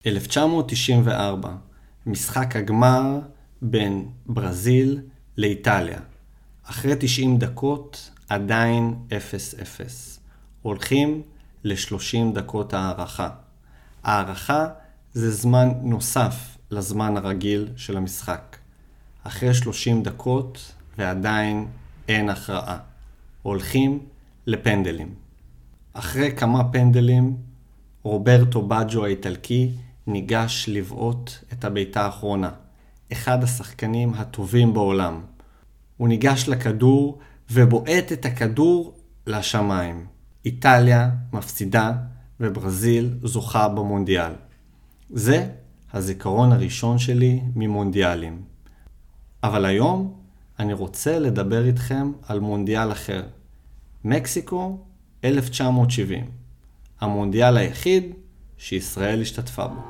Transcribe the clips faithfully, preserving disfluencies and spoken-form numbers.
אלף תשע מאות תשעים וארבע, משחק הגמר בין ברזיל לאיטליה. אחרי תשעים דקות עדיין אפס אפס. הולכים ל-שלושים דקות הערכה. הערכה זה זמן נוסף לזמן הרגיל של המשחק. אחרי שלושים דקות ועדיין אין הכרעה. הולכים לפנדלים. אחרי כמה פנדלים, רוברטו בג'ו האיטלקי ניגש לבעוט את הביתה האחרונה. אחד השחקנים הטובים בעולם. הוא ניגש לכדור ובועט את הכדור לשמיים. איטליה מפסידה וברזיל זוכה במונדיאל. זה הזיכרון הראשון שלי ממונדיאלים. אבל היום אני רוצה לדבר איתכם על מונדיאל אחר. מקסיקו אלף תשע מאות שבעים. המונדיאל היחיד שישראל השתתפה בו.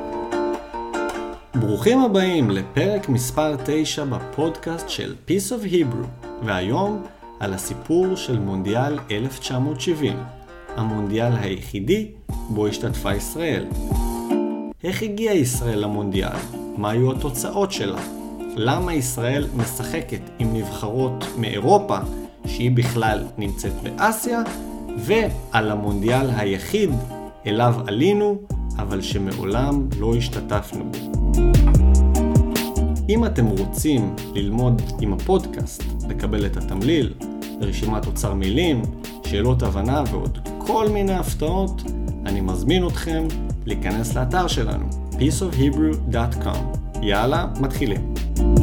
ברוכים הבאים לפרק מספר תשע בפודקאסט של Piece of Hebrew, והיום על הסיפור של מונדיאל אלף תשע מאות שבעים, המונדיאל היחידי בו השתתפה ישראל. איך הגיעה ישראל למונדיאל? מה היו התוצאות שלה? למה ישראל משחקת עם נבחרות מאירופה שהיא בכלל נמצאת באסיה? ועל המונדיאל היחיד אליו עלינו, אבל שמעולם לא השתתפנו בו. אם אתם רוצים ללמוד עם הפודקאסט, לקבל את התמליל, רשימת אוצר מילים, שאלות הבנה ועוד כל מיני הפתעות, אני מזמין אתכם להיכנס לאתר שלנו, piece of hebrew dot com. יאללה, מתחילים.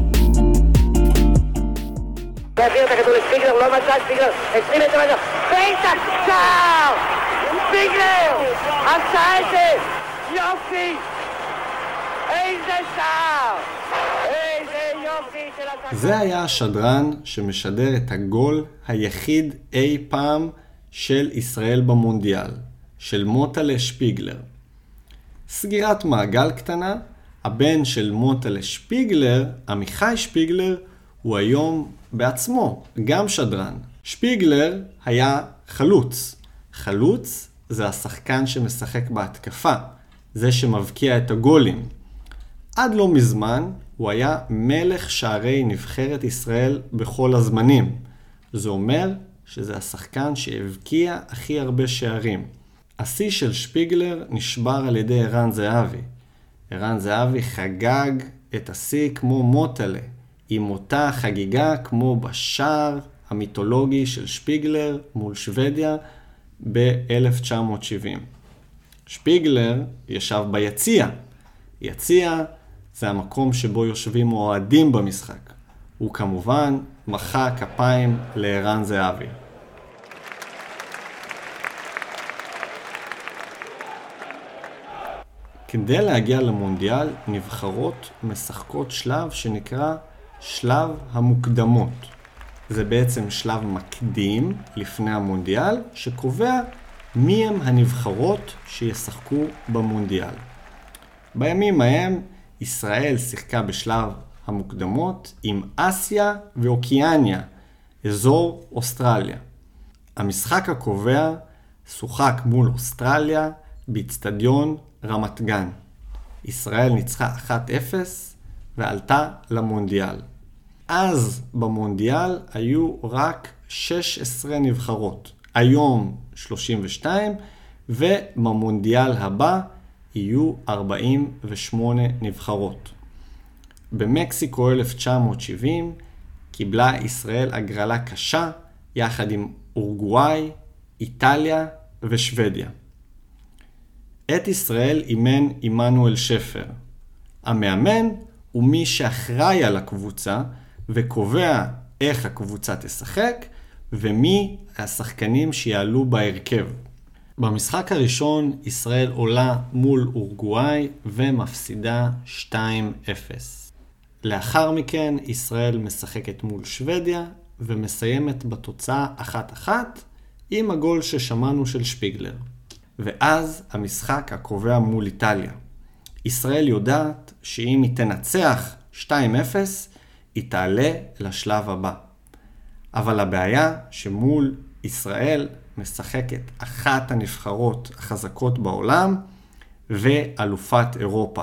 להעביר את הכדור לספיגלר, לא מצא ספיגלר, עשרים מטר מטר, בעיטה, שער! ספיגלר! עשה את זה! יופי! איזה שער! איזה יופי של התקל! זה היה השדרן שמשדר את הגול היחיד אי פעם של ישראל במונדיאל, של מוטלה שפיגלר. סגירת מעגל קטנה, הבן של מוטלה שפיגלר, עמיחי שפיגלר, הוא היום בעצמו גם שדרן. שפיגלר היה חלוץ. חלוץ זה השחקן שמשחק בהתקפה, זה שמבקיע את הגולים. עד לא מזמן הוא היה מלך שערי נבחרת ישראל בכל הזמנים. זה אומר שזה השחקן שהבקיע הכי הרבה שערים. השיא של שפיגלר נשבר על ידי ערן זהבי. ערן זהבי חגג את השיא כמו מוטלה, עם אותה חגיגה כמו בשער המיתולוגי של שפיגלר מול שוודיה ב-אלף תשע מאות שבעים. שפיגלר ישב ביציע. יציע זה המקום שבו יושבים אוהדים במשחק. הוא כמובן מחא כפיים לערן זהבי. כדי להגיע למונדיאל, נבחרות משחקות שלב שנקרא שלב המוקדמות. זה בעצם שלב מקדים לפני המונדיאל, שקובע מי הם הנבחרות שישחקו במונדיאל. בימים ההם ישראל שיחקה בשלב המוקדמות עם אסיה ואוקיאניה, אזור אוסטרליה. המשחק הקובע שוחק מול אוסטרליה באצטדיון רמת גן. ישראל ניצחה אחת אפס ועלתה למונדיאל. אז במונדיאל היו רק שש עשרה נבחרות. היום שלושים ושתיים, ובמונדיאל הבא יהיו ארבעים ושמונה נבחרות. במקסיקו אלף תשע מאות שבעים קיבלה ישראל הגרלה קשה יחד עם אורוגוואי, איטליה ושוודיה. את ישראל אימן עמנואל שפר. המאמן הוא מי שאחראי על הקבוצה וקובע איך הקבוצה תשחק ומי השחקנים שיעלו בהרכב. במשחק הראשון ישראל עולה מול אורוגוואי ומפסידה שתיים אפס. לאחר מכן ישראל משחקת מול שוודיה ומסיימת בתוצאה אחת אחת עם הגול ששמענו של שפיגלר. ואז המשחק הקובע מול איטליה. ישראל יודעת שאם היא תנצח שתיים אפס, היא תעלה לשלב הבא. אבל הבעיה שמול ישראל משחקת אחת הנבחרות החזקות בעולם, ואלופת אירופה.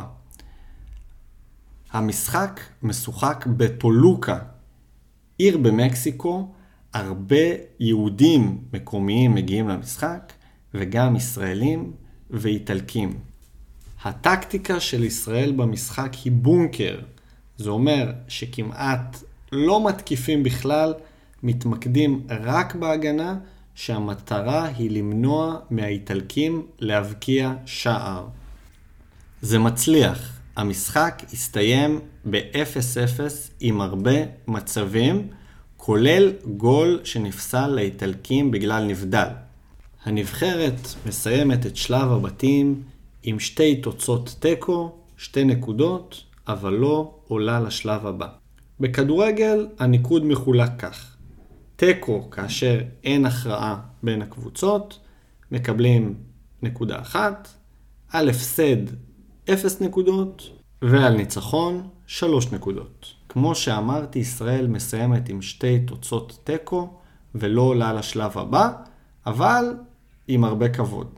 המשחק משוחק בטולוקה, עיר במקסיקו. הרבה יהודים מקומיים מגיעים למשחק, וגם ישראלים ואיטלקים. הטקטיקה של ישראל במשחק היא בונקר. זה אומר שכמעט לא מתקיפים בכלל, מתמקדים רק בהגנה, שהמטרה היא למנוע מהאיטלקים להבקיע שער. זה מצליח. המשחק הסתיים ב-אפס אפס עם הרבה מצבים, כולל גול שנפסל לאיטלקים בגלל נבדל. הנבחרת מסיימת את שלב הבתים עם שתי תוצאות טקו, שתי נקודות, אבל לא עולה לשלב הבא. בכדורגל הניקוד מחולק כך. טקו, כאשר אין הכרעה בין הקבוצות, מקבלים נקודה אחת, על הפסד אפס נקודות, ועל ניצחון שלוש נקודות. כמו שאמרתי, ישראל מסיימת עם שתי תוצאות טקו, ולא עולה לשלב הבא, אבל עם הרבה כבוד.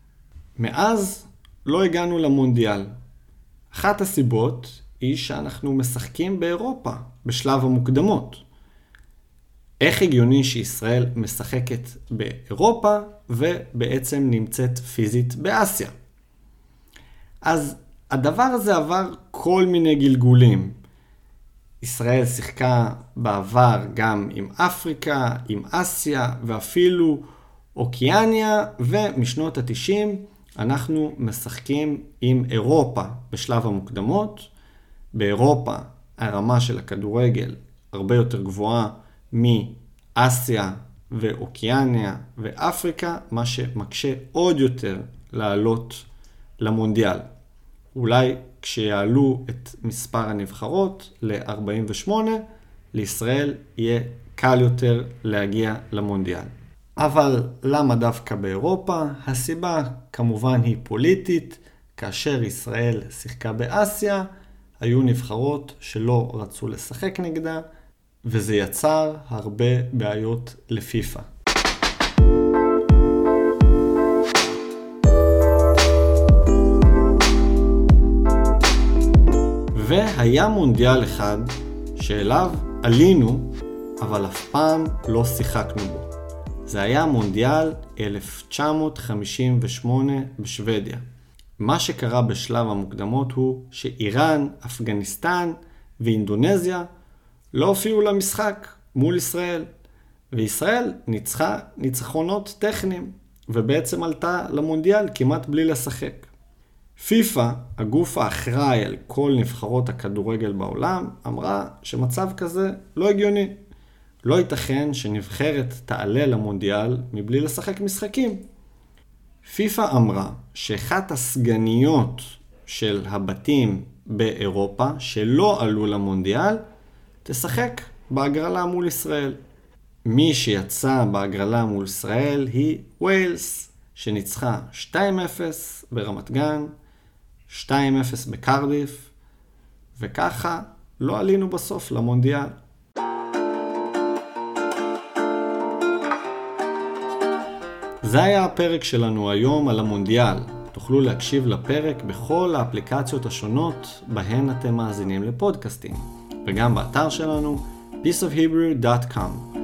מאז לא הגענו למונדיאל. אחת הסיבות היא שאנחנו משחקים באירופה, בשלב המוקדמות. איך הגיוני שישראל משחקת באירופה ובעצם נמצאת פיזית באסיה? אז הדבר הזה עבר כל מיני גלגולים. ישראל שיחקה בעבר גם עם אפריקה, עם אסיה ואפילו אוקיאניה, ומשנות ה-תשעים אנחנו משחקים עם אירופה בשלב המוקדמות. באירופה הרמה של הכדורגל הרבה יותר גבוהה מאסיה ואוקיאניה ואפריקה, מה שמקשה עוד יותר לעלות למונדיאל. אולי כשיעלו את מספר הנבחרות ל-ארבעים ושמונה, לישראל יהיה קל יותר להגיע למונדיאל. אבל למה דווקא באירופה? הסיבה כמובן היא פוליטית. כאשר ישראל שיחקה באסיה, היו נבחרות שלא רצו לשחק נגדה, וזה יצר הרבה בעיות לפיפה. והיה מונדיאל אחד שאליו עלינו, אבל אף פעם לא שיחקנו בו. זה היה מונדיאל אלף תשע מאות חמישים ושמונה בשוודיה. מה שקרה בשלב המוקדמות הוא שאיראן, אפגניסטן ואינדונזיה לא הופיעו למשחק מול ישראל. וישראל ניצחה ניצחונות טכניים, ובעצם עלתה למונדיאל כמעט בלי לשחק. פיפה, הגוף האחראי על כל נבחרות הכדורגל בעולם, אמרה שמצב כזה לא הגיוני. לא ייתכן שנבחרת תעלה למונדיאל מבלי לשחק משחקים. פיפה אמרה שאחת הסגניות של הבתים באירופה שלא עלו למונדיאל תשחק בהגרלה מול ישראל. מי שיצא בהגרלה מול ישראל היא ווילס, שניצחה שתיים אפס ברמת גן, שתיים אפס בקרדיף, וככה לא עלינו בסוף למונדיאל. זה היה הפרק שלנו היום על המונדיאל. תוכלו להקשיב לפרק בכל האפליקציות השונות בהן אתם מאזינים לפודקאסטים, וגם באתר שלנו piece of hebrew דוט קום.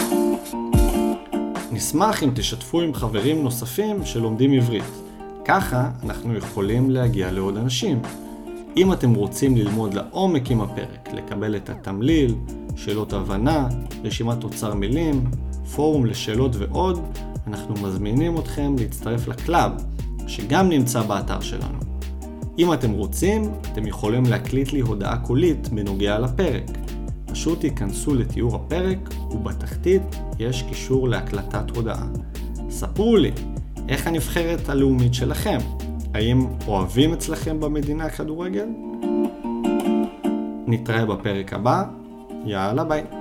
נשמח אם תשתפו עם חברים נוספים שלומדים עברית. ככה אנחנו יכולים להגיע לעוד אנשים. אם אתם רוצים ללמוד לעומק עם הפרק, לקבל את התמליל, שאלות הבנה, רשימת אוצר מילים, פורום לשאלות ועוד, אנחנו מזמינים אתכם להצטרף לקלאב, שגם נמצא באתר שלנו. אם אתם רוצים, אתם יכולים להקליט לי הודעה קולית בנוגע לפרק. פשוט תיכנסו לתיאור הפרק, ובתחתית יש קישור להקלטת הודעה. ספרו לי, איך הנבחרת הלאומית שלכם? האם אוהבים אצלכם במדינה כדורגל? נתראה בפרק הבא. יאללה ביי.